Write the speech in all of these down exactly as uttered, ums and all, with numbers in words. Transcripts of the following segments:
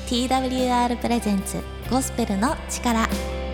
ティーダブリューアール プレゼンツゴスペルの力。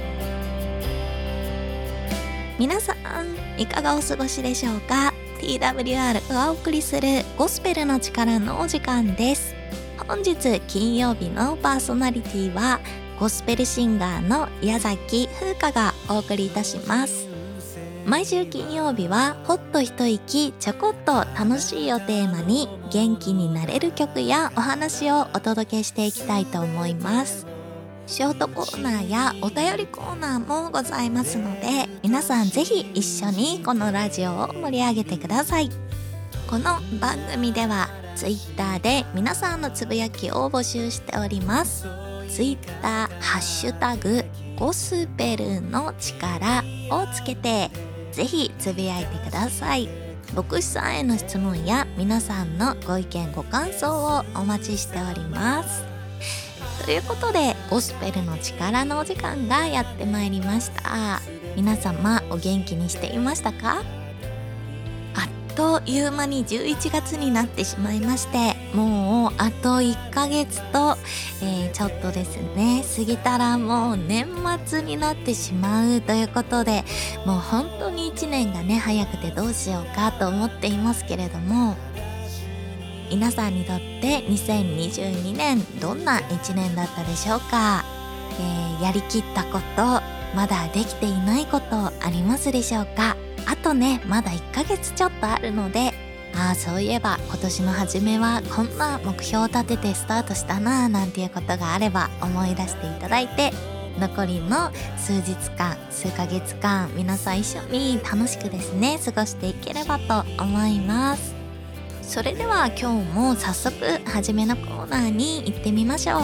皆さんいかがお過ごしでしょうか。 ティーダブリューアール がお送りするゴスペルの力のお時間です。本日金曜日のパーソナリティはゴスペルシンガーの矢崎風花がお送りいたします。毎週金曜日はほっと一息ちょこっと楽しいをテーマに元気になれる曲やお話をお届けしていきたいと思います。ショートコーナーやお便りコーナーもございますので、皆さんぜひ一緒にこのラジオを盛り上げてください。この番組ではツイッターで皆さんのつぶやきを募集しております。ツイッターハッシュタグゴスペルの力をつけてぜひつぶやいてください。牧師さんへの質問や皆さんのご意見ご感想をお待ちしております。ということでゴスペルの力のお時間がやってまいりました。皆様お元気にしていましたか？あっという間にじゅういちがつになってしまいまして、もうあといっかげつと、えー、ちょっとですね過ぎたらもう年末になってしまうということで、もう本当にいちねんがね早くてどうしようかと思っていますけれども、皆さんにとってにせんにじゅうにねんどんないちねんだったでしょうか。えー、やりきったこと、まだできていないことありますでしょうか。あとねまだいっかげつちょっとあるので、ああそういえば今年の初めはこんな目標を立ててスタートしたななんていうことがあれば思い出していただいて、残りの数日間数ヶ月間皆さん一緒に楽しくですね過ごしていければと思います。それでは今日も早速初めのコーナーに行ってみましょう。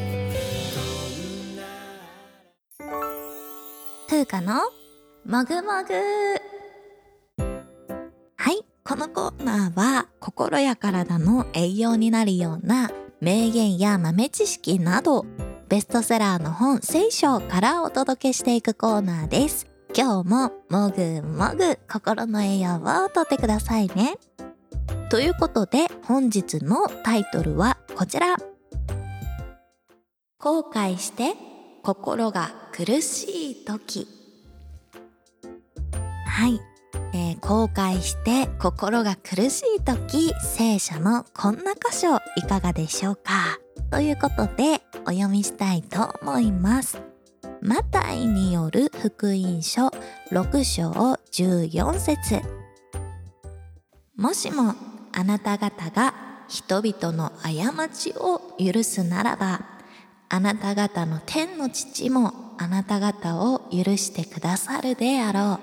風花のもぐもぐ。はい、このコーナーは心や体の栄養になるような名言や豆知識などベストセラーの本聖書からお届けしていくコーナーです。今日ももぐもぐ心の栄養をとってくださいね。ということで本日のタイトルはこちら。後悔して心が苦しい時。はい、えー、後悔して心が苦しい時、聖書のこんな箇所いかがでしょうか。ということでお読みしたいと思います。マタイによる福音書ろく章じゅうよん節。もしもあなた方が人々の過ちを許すならば、あなた方の天の父もあなた方を許してくださるであろう。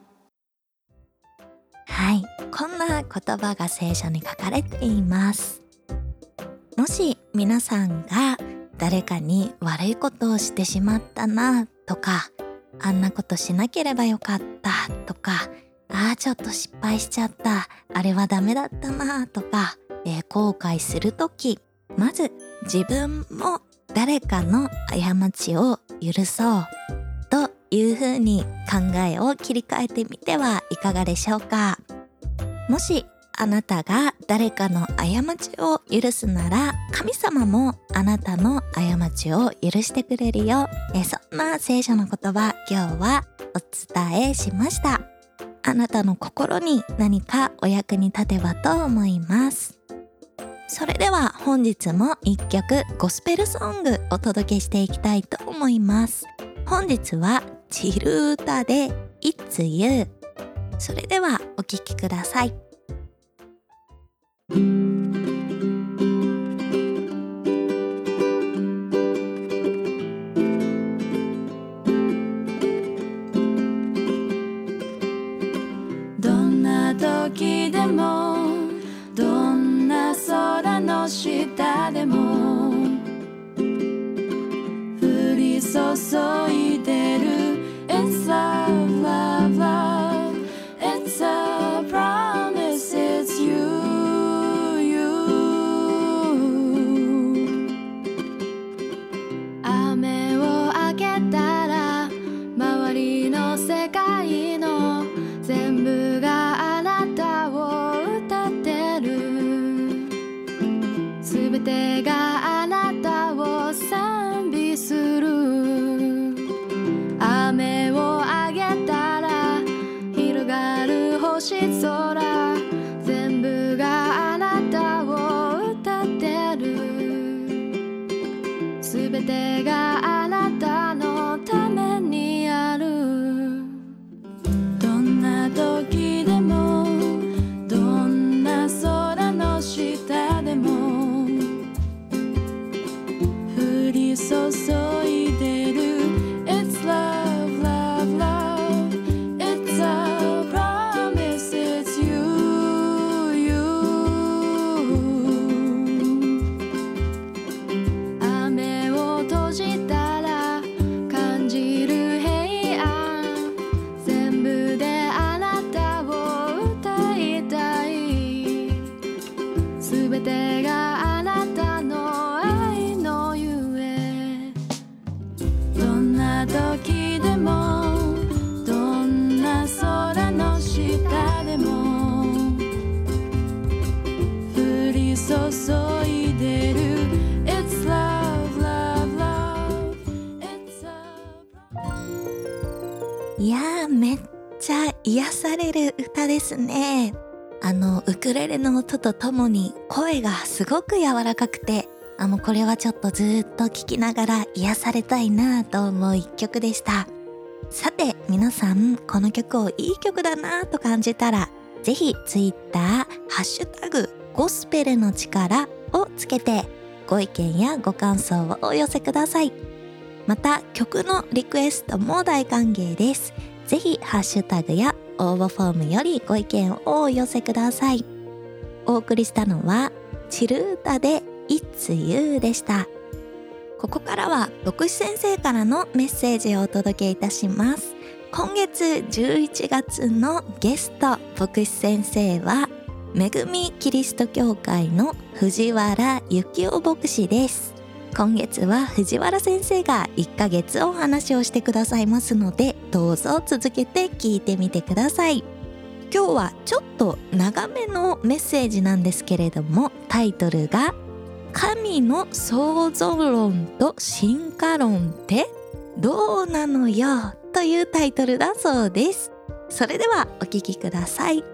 はい、こんな言葉が聖書に書かれています。もし皆さんが誰かに悪いことをしてしまったなとか、あんなことしなければよかったとか、ああちょっと失敗しちゃった、あれはダメだったなとか、えー、後悔するとき、まず自分も誰かの過ちを許そうというふうに考えを切り替えてみてはいかがでしょうか。もしあなたが誰かの過ちを許すなら、神様もあなたの過ちを許してくれるよ。えー、そんな聖書の言葉今日はお伝えしました。あなたの心に何かお役に立てばと思います。それでは本日も一曲ゴスペルソングお届けしていきたいと思います。本日はチル歌で It's You。 それではお聴きください。 時でもどんな空の下でも降り注いでる It's a love, love It's a promise, it's you, you 雨をあげたら周りの世界の全部があなたを歌ってる、すべてが星空全部があなたを歌ってるすべてがあなたのためにあるどんな時でもどんな空の下でも降り注いでる It's love, love, love It's a promise, it's you, you 雨を閉じたら感じる平安全部であなたを歌いたいすべてがあなたの愛のゆえどんな時でもどんな空の下でも降り注いでる It's love, love, love It's a いやー、めっちゃ癒される歌ですね。あのウクレレの音とともに声がすごく柔らかくて、あのこれはちょっとずーっと聴きながら癒されたいなと思う一曲でした。さて皆さん、この曲をいい曲だなと感じたら、ぜひツイッターハッシュタグゴスペルの力をつけてご意見やご感想をお寄せください。また曲のリクエストも大歓迎です。ぜひハッシュタグや応募フォームよりご意見をお寄せください。お送りしたのはチル歌で It's You でした。ここからは牧師先生からのメッセージをお届けいたします。今月じゅういちがつのゲスト牧師先生は恵みキリスト教会の藤原幸雄牧師です。今月は藤原先生がいっかげつお話をしてくださいますので、どうぞ続けて聞いてみてください。今日はちょっと長めのメッセージなんですけれども、タイトルが神の創造論と進化論ってどうなのよというタイトルだそうです。それではお聞きください。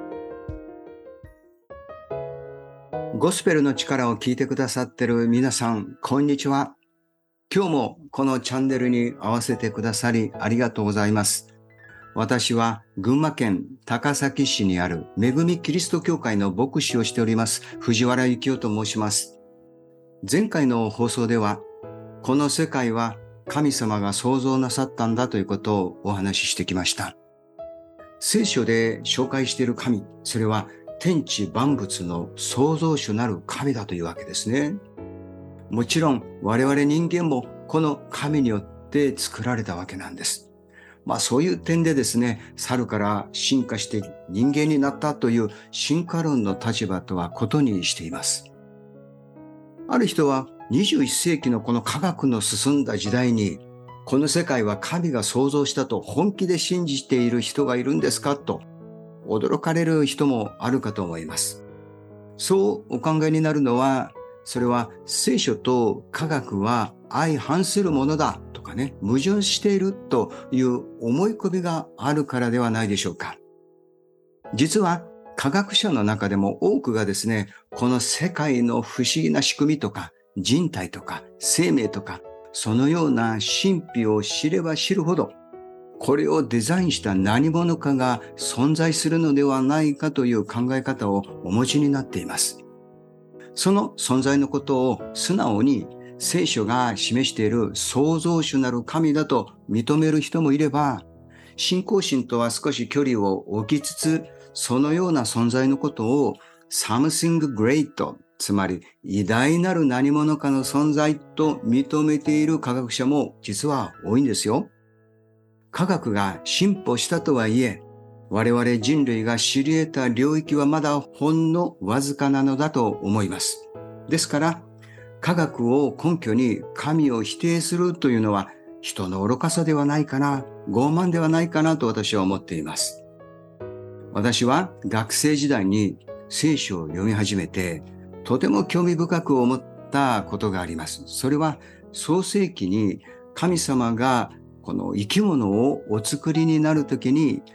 ゴスペルの力を聞いてくださっている皆さん、こんにちは。今日もこのチャンネルに合わせてくださりありがとうございます。私は群馬県高崎市にある恵みキリスト教会の牧師をしております藤原幸雄と申します。前回の放送では、この世界は神様が創造なさったんだということをお話ししてきました。聖書で紹介している神、それは天地万物の創造主なる神だというわけですね。もちろん我々人間もこの神によって作られたわけなんです。まあそういう点でですね、猿から進化して人間になったという進化論の立場とは異にしています。ある人はにじゅういっせいきのこの科学の進んだ時代に、この世界は神が創造したと本気で信じている人がいるんですかと驚かれる人もあるかと思います。そうお考えになるのは、それは聖書と科学は相反するものだとかね、矛盾しているという思い込みがあるからではないでしょうか。実は科学者の中でも多くがですね、この世界の不思議な仕組みとか人体とか生命とか、そのような神秘を知れば知るほど、これをデザインした何者かが存在するのではないかという考え方をお持ちになっています。その存在のことを素直に聖書が示している創造主なる神だと認める人もいれば、信仰心とは少し距離を置きつつ、そのような存在のことを something great、つまり偉大なる何者かの存在と認めている科学者も実は多いんですよ。科学が進歩したとはいえ、我々人類が知り得た領域はまだほんのわずかなのだと思います。ですから、科学を根拠に神を否定するというのは人の愚かさではないかな、傲慢ではないかなと私は思っています。私は学生時代に聖書を読み始めて、とても興味深く思ったことがあります。それは創世記に神様がこの生き物をお作りになるときに、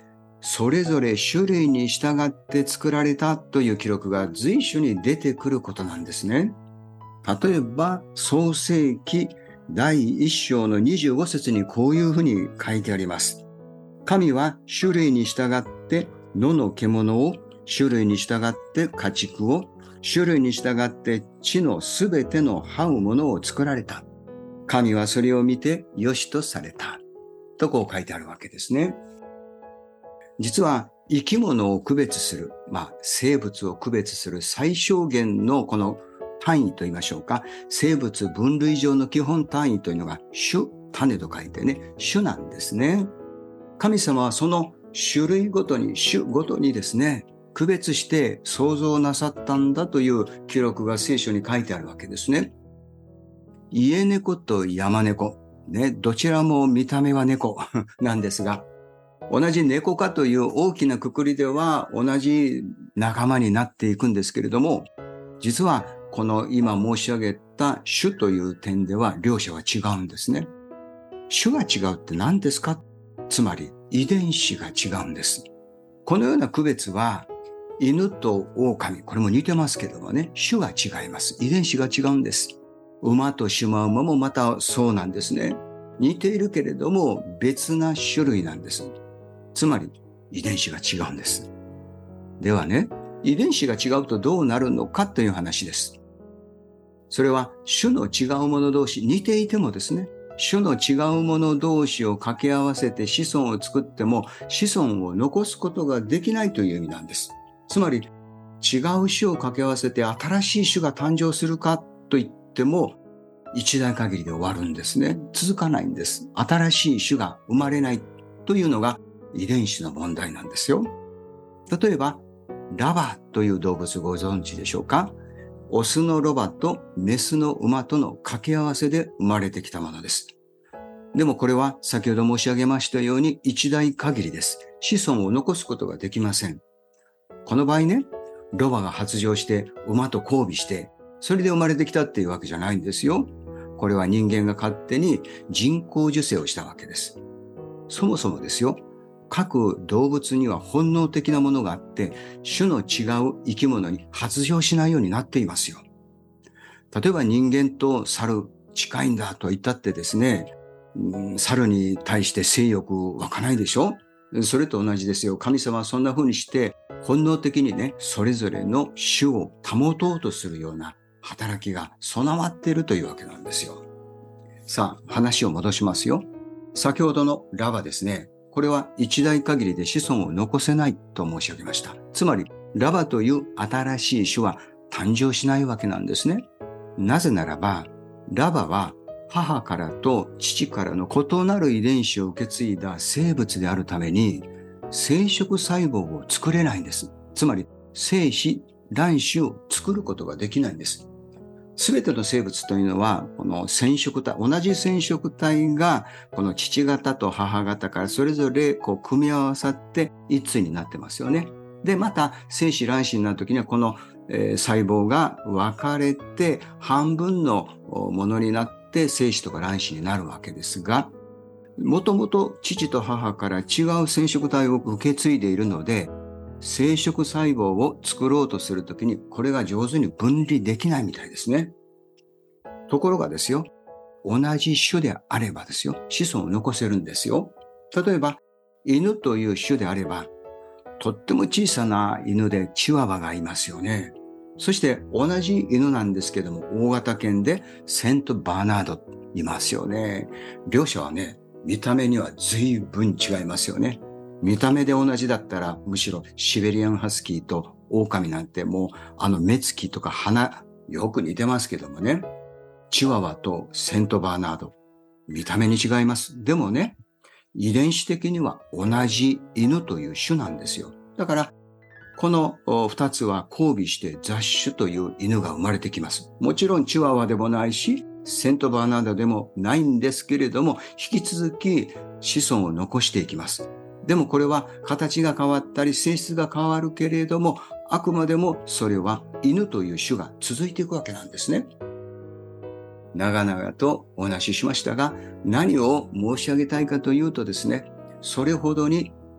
それぞれ種類に従って作られたという記録が随所に出てくることなんですね。例えば、創世記だいいっ章のにじゅうご節にこういうふうに書いてあります。神は種類に従って野の獣を、種類に従って家畜を、種類に従って地のすべての這うものを作られた。神はそれを見て良しとされた。とこう書いてあるわけですね。実は生き物を区別する、まあ生物を区別する最小限のこの単位と言いましょうか、生物分類上の基本単位というのが種、種と書いてね、種なんですね。神様はその種類ごとに、種ごとにですね、区別して創造なさったんだという記録が聖書に書いてあるわけですね。家猫と山猫、ね、どちらも見た目は猫なんですが、同じ猫科という大きな括りでは同じ仲間になっていくんですけれども、実はこの今申し上げた種という点では両者は違うんですね。種が違うって何ですか？つまり遺伝子が違うんです。このような区別は犬と狼、これも似てますけどもね、種が違います。遺伝子が違うんです。馬とシマウマもまたそうなんですね。似ているけれども別な種類なんです。つまり遺伝子が違うんです。ではね、遺伝子が違うとどうなるのかという話です。それは種の違うもの同士、似ていてもですね、種の違うもの同士を掛け合わせて子孫を作っても子孫を残すことができないという意味なんです。つまり違う種を掛け合わせて新しい種が誕生するかと言っても一代限りで終わるんですね。続かないんです。新しい種が生まれないというのが遺伝子の問題なんですよ。例えばラバという動物ご存知でしょうか？オスのロバとメスの馬との掛け合わせで生まれてきたものです。でもこれは先ほど申し上げましたように一代限りです。子孫を残すことができません。この場合ね、ロバが発情して馬と交尾して、それで生まれてきたっていうわけじゃないんですよ。これは人間が勝手に人工授精をしたわけです。そもそもですよ、各動物には本能的なものがあって、種の違う生き物に発情しないようになっていますよ。例えば人間と猿近いんだと言ったってですね、うん、猿に対して性欲湧かないでしょ？それと同じですよ。神様はそんな風にして本能的にね、それぞれの種を保とうとするような働きが備わっているというわけなんですよ。さあ、話を戻しますよ。先ほどのラバですね。これは一代限りで子孫を残せないと申し上げました。つまり、ラバという新しい種は誕生しないわけなんですね。なぜならば、ラバは母からと父からの異なる遺伝子を受け継いだ生物であるために、生殖細胞を作れないんです。つまり、精子、卵子を作ることができないんです。すべての生物というのは、この染色体、同じ染色体が、この父型と母型からそれぞれこう組み合わさって一対になってますよね。で、また精子卵子になるときには、この、えー、細胞が分かれて半分のものになって精子とか卵子になるわけですが、もともと父と母から違う染色体を受け継いでいるので、生殖細胞を作ろうとするときにこれが上手に分離できないみたいですね。ところがですよ、同じ種であればですよ、子孫を残せるんですよ。例えば、犬という種であれば、とっても小さな犬でチワワがいますよね。そして同じ犬なんですけども、大型犬でセントバーナードいますよね。両者はね、見た目には随分違いますよね。見た目で同じだったら、むしろシベリアンハスキーと狼なんてもうあの目つきとか鼻よく似てますけどもね。チワワとセントバーナード、見た目に違います。でもね、遺伝子的には同じ犬という種なんですよ。だから、この二つは交尾して雑種という犬が生まれてきます。もちろんチワワでもないし、セントバーナードでもないんですけれども、引き続き子孫を残していきます。でもこれは形が変わったり性質が変わるけれども、あくまでもそれは犬という種が続いていくわけなんですね。長々とお話ししましたが、何を申し上げたいかというとですね、それほどに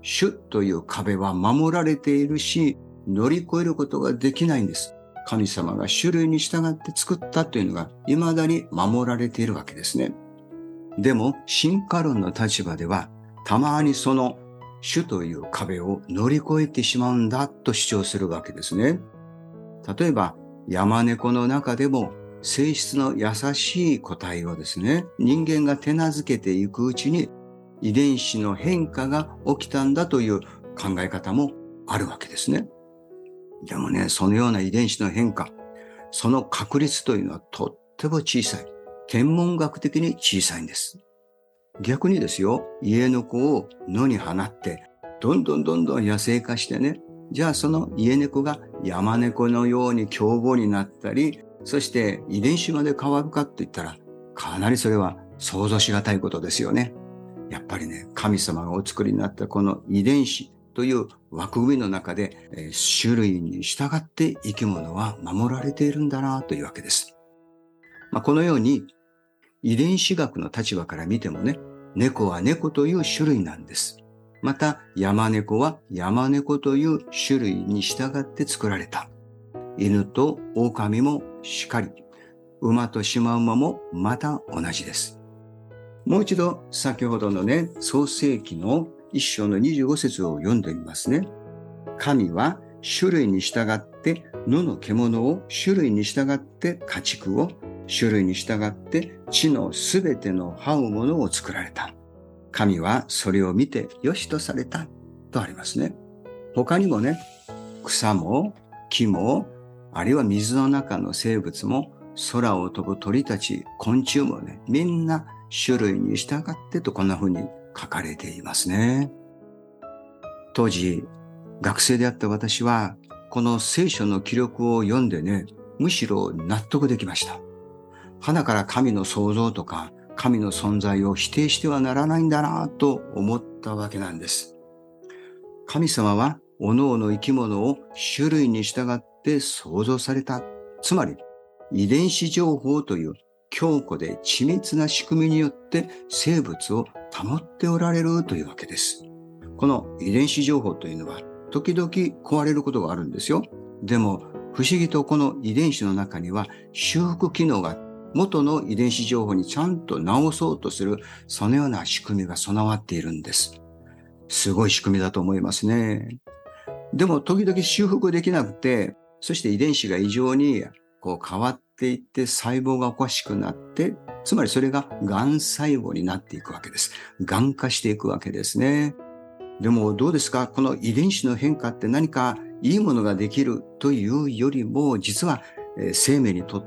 主という壁は守られているし、乗り越えることができないんです。神様が種類に従って作ったというのが未だに守られているわけですね。でも、進化論の立場では、たまにその主という壁を乗り越えてしまうんだと主張するわけですね。例えば、ヤマネコの中でも性質の優しい個体をですね、人間が手なずけていくうちに遺伝子の変化が起きたんだという考え方もあるわけですね。でもね、そのような遺伝子の変化、その確率というのはとっても小さい。天文学的に小さいんです。逆にですよ、家猫を野に放って、どんどんどんどん野生化してね、じゃあその家猫が山猫のように凶暴になったり、そして遺伝子まで変わるかって言ったら、かなりそれは想像しがたいことですよね。やっぱりね、神様がお作りになったこの遺伝子という枠組みの中で、えー、種類に従って生き物は守られているんだなというわけです。まあ、このように遺伝子学の立場から見てもね、猫は猫という種類なんです。また、山猫は山猫という種類に従って作られた。犬と狼もしかり、馬とシマウマもまた同じです。もう一度、先ほどのね、創世記の一章のにじゅうご節を読んでみますね。神は種類に従って野の獣を、種類に従って家畜を、種類に従って地のすべての這うものを作られた。神はそれを見てよしとされたとありますね。他にもね、草も木も、あるいは水の中の生物も、空を飛ぶ鳥たち、昆虫もね、みんな種類に従ってとこんな風に書かれていますね。当時、学生であった私は、この聖書の記録を読んでね、むしろ納得できました。花から神の創造とか、神の存在を否定してはならないんだなと思ったわけなんです。神様は、各々生き物を種類に従って創造された。つまり、遺伝子情報という強固で緻密な仕組みによって生物を保っておられるというわけです。この遺伝子情報というのは時々壊れることがあるんですよ。でも不思議とこの遺伝子の中には修復機能が元の遺伝子情報にちゃんと直そうとするそのような仕組みが備わっているんです。すごい仕組みだと思いますね。でも時々修復できなくて、そして遺伝子が異常にこう変わっていって細胞がおかしくなって、つまりそれが癌細胞になっていくわけです。癌化していくわけですね。でもどうですか？この遺伝子の変化って何かいいものができるというよりも、実は生命にとって、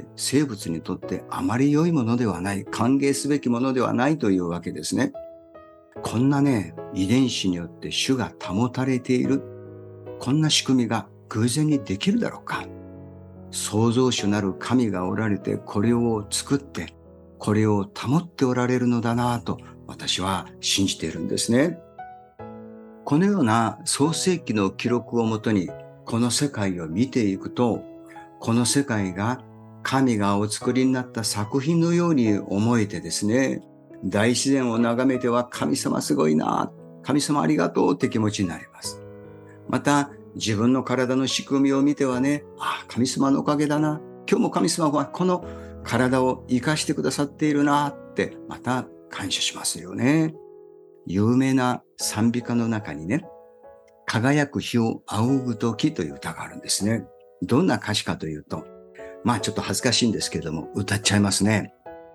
生物にとってあまり良いものではない、歓迎すべきものではないというわけですね。こんなね、遺伝子によって種が保たれている、こんな仕組みが偶然にできるだろうか。創造主なる神がおられて、これを作って、これを保っておられるのだなと私は信じているんですね。このような創世記の記録をもとにこの世界を見ていくと、この世界が神がお作りになった作品のように思えてですね、大自然を眺めては神様すごいな、神様ありがとうって気持ちになります。また自分の体の仕組みを見てはね、ああ、神様のおかげだな。今日も神様はこの体を生かしてくださっているなってまた感謝しますよね。有名な賛美歌の中にね、輝く日を仰ぐときという歌があるんですね。どんな歌詞かというと、まあちょっと恥ずかしいんですけれども、歌っちゃいますね。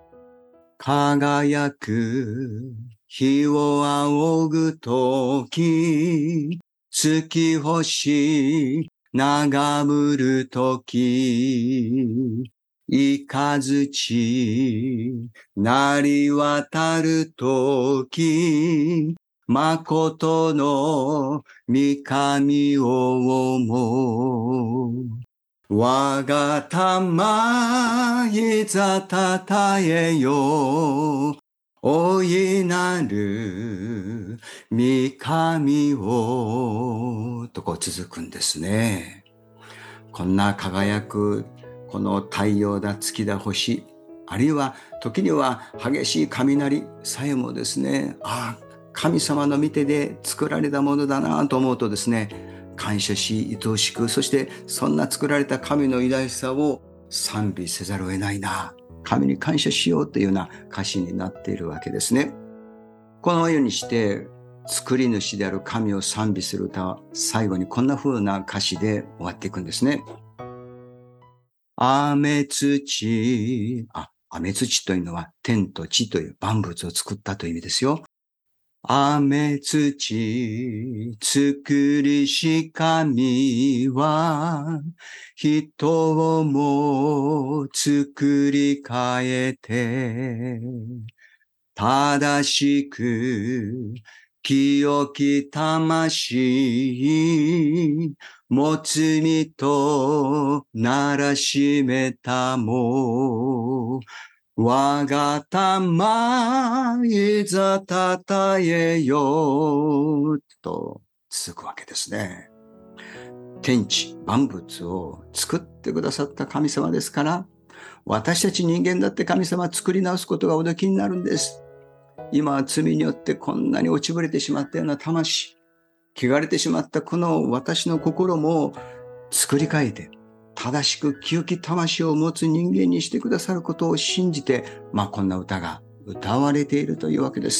輝く日を仰ぐとき、月星眺むるとき、いかずちなりわたるとき、誠の御神を思う。我が魂いざたたえよ。大いなる御神をとこう続くんですね。こんな輝くこの太陽だ月だ星、あるいは時には激しい雷さえもですね、ああ神様の御手で作られたものだなと思うとですね、感謝し愛おしく、そしてそんな作られた神の偉大さを賛美せざるを得ないな、神に感謝しようというような歌詞になっているわけですね。このようにして作り主である神を賛美する歌は最後にこんな風な歌詞で終わっていくんですね。雨土、あ、雨土というのは天と地という万物を作ったという意味ですよ。雨土作りし神は人をも作り変えて正しく清き魂持つ身とならしめたも我が魂いざたたえよと続くわけですね。天地万物を作ってくださった神様ですから、私たち人間だって神様は作り直すことがおできになるんです。今は罪によってこんなに落ちぶれてしまったような魂、汚れてしまったこの私の心も作り変えて、正しく清き魂を持つ人間にしてくださることを信じて、まあこんな歌が歌われているというわけです。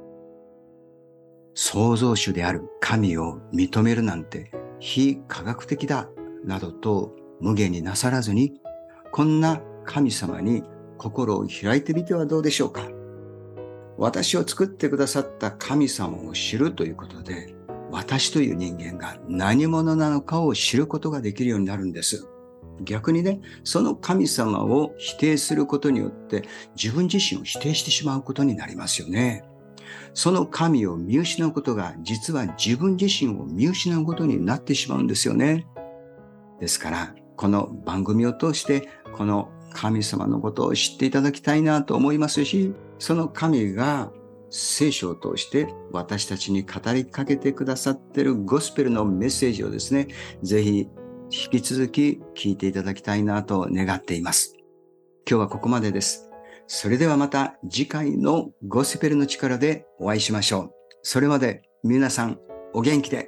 創造主である神を認めるなんて非科学的だなどと無限になさらずに、こんな神様に心を開いてみてはどうでしょうか。私を作ってくださった神様を知るということで、私という人間が何者なのかを知ることができるようになるんです。逆にね、その神様を否定することによって自分自身を否定してしまうことになりますよね。その神を見失うことが実は自分自身を見失うことになってしまうんですよね。ですからこの番組を通してこの神様のことを知っていただきたいなと思いますし、その神が聖書を通して私たちに語りかけてくださっているゴスペルのメッセージをですね、ぜひ引き続き聞いていただきたいなと願っています。今日はここまでです。それではまた次回のゴスペルの力でお会いしましょう。それまで皆さんお元気で。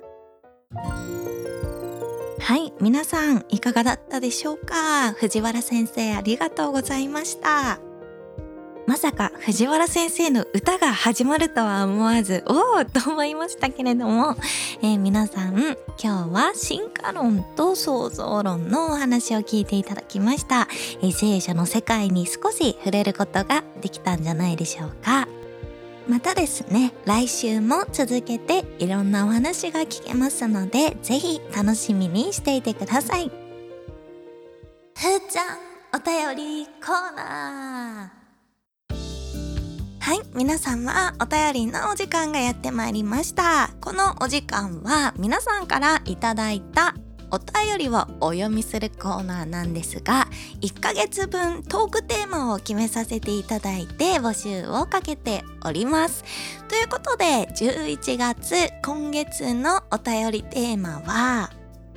はい、皆さんいかがだったでしょうか。藤原先生ありがとうございました。まさか藤原先生の歌が始まるとは思わずおーと思いましたけれども、えー、皆さん今日は進化論と創造論のお話を聞いていただきました。えー、聖書の世界に少し触れることができたんじゃないでしょうか。またですね、来週も続けていろんなお話が聞けますので、ぜひ楽しみにしていてください。ふーちゃんお便りコーナー。はい、皆様お便りのお時間がやってまいりました。このお時間は皆さんからいただいたお便りをお読みするコーナーなんですが、いっかげつぶんトークテーマを決めさせていただいて募集をかけております。ということでじゅういちがつ今月のお便りテーマは、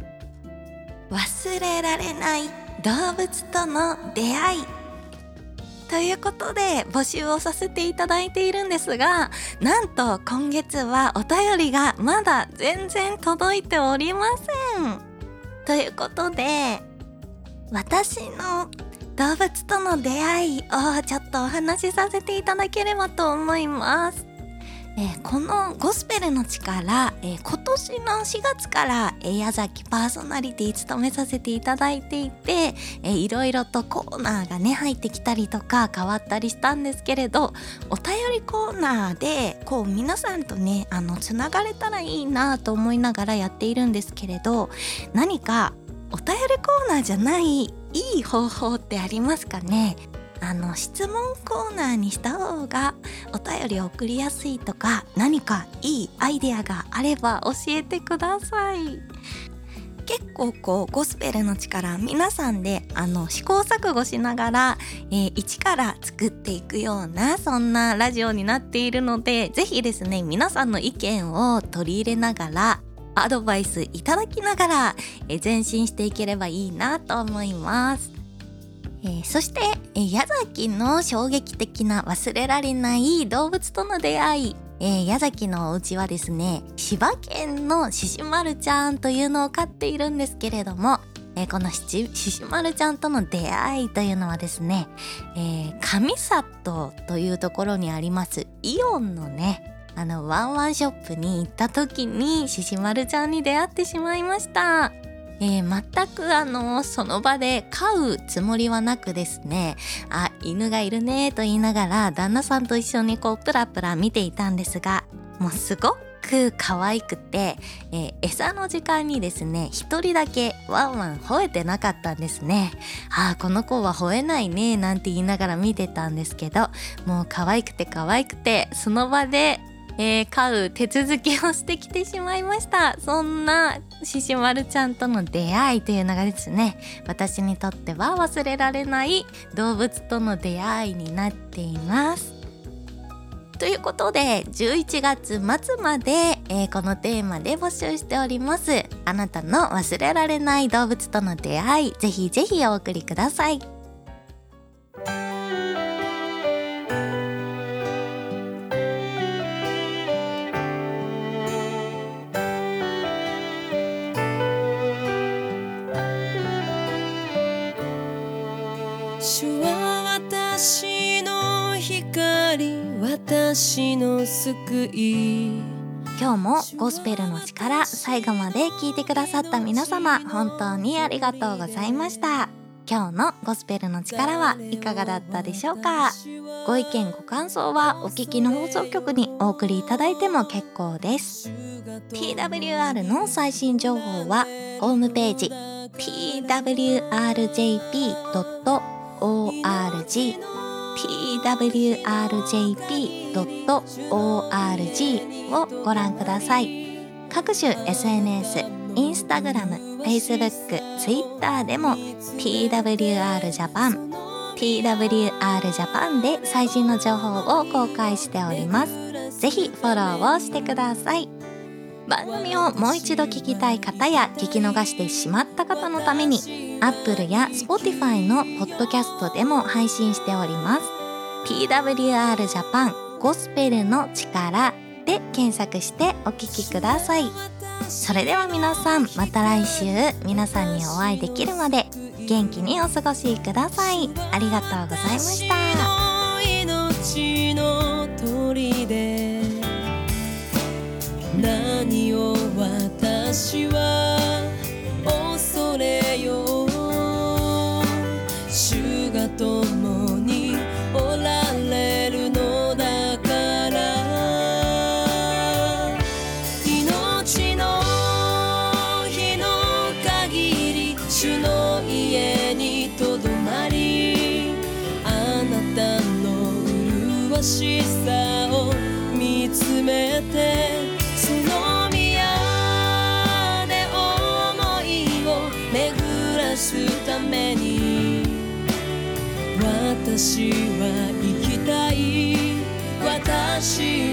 忘れられない動物との出会いということで募集をさせていただいているんですが、なんと今月はお便りがまだ全然届いておりません。ということで、私の動物との出会いをちょっとお話しさせていただければと思います。えー、このゴスペルの力、えー、今年のしがつから、えー、矢崎パーソナリティ務めさせていただいていて、えー、いろいろとコーナーがね入ってきたりとか変わったりしたんですけれど、お便りコーナーでこう皆さんとねあのつながれたらいいなと思いながらやっているんですけれど、何かお便りコーナーじゃないいい方法ってありますかね。あの質問コーナーにした方がお便りを送りやすいとか、何かいいアイデアがあれば教えてください。結構こうゴスペルの力皆さんであの試行錯誤しながら、えー、一から作っていくようなそんなラジオになっているので、ぜひですね皆さんの意見を取り入れながらアドバイスいただきながら、えー、前進していければいいなと思います。 えー、そして、えー、矢崎の衝撃的な忘れられない動物との出会い、えー、矢崎のお家はですね、千葉県のししまるちゃんというのを飼っているんですけれども、えー、このししまるちゃんとの出会いというのはですね、えー、上里というところにありますイオンのね、あのワンワンショップに行った時にししまるちゃんに出会ってしまいました。えー、全くあのその場で飼うつもりはなくですね、あ、犬がいるねと言いながら旦那さんと一緒にこうプラプラ見ていたんですが、もうすごく可愛くて、えー、餌の時間にですね一人だけワンワン吠えてなかったんですね。あー、この子は吠えないねなんて言いながら見てたんですけど、もう可愛くて可愛くてその場でえー、飼う手続きをしてきてしまいました。そんなししまるちゃんとの出会いというのがですね、私にとっては忘れられない動物との出会いになっています。ということでじゅういちがつまつまで、えー、このテーマで募集しております。あなたの忘れられない動物との出会い、ぜひぜひお送りください。 主は私の光、私の救い。 今日もゴスペルの力、最後まで聞いてくださった皆様、本当にありがとうございました。今日のゴスペルの力はいかがだったでしょうか。ご意見ご感想はお聞きの放送局にお送りいただいても結構です。 ティーダブリューアール の最新情報はホームページ ティーダブリューアールジェーピードットオーアールジー ティーダブリューアールジェーピードットオーアールジー をご覧ください。各種 エスエヌエス、インスタグラム、Facebook、Twitter でも ティーダブリューアール Japan、ティーダブリューアール Japan で最新の情報を公開しております。ぜひフォローをしてください。番組をもう一度聞きたい方や聞き逃してしまった方のために Apple や Spotify のポッドキャストでも配信しております。 ティーダブリューアール Japan ゴスペルの力で検索してお聞きください。それでは皆さん、また来週皆さんにお会いできるまで元気にお過ごしください。ありがとうございました。 命の砦、何を私は恐れよう。主が共におられるのだから、命の日の限り主の家にとどまり、あなたの麗しさを見つめて、その宮で思いを巡らすために私は生きたい。私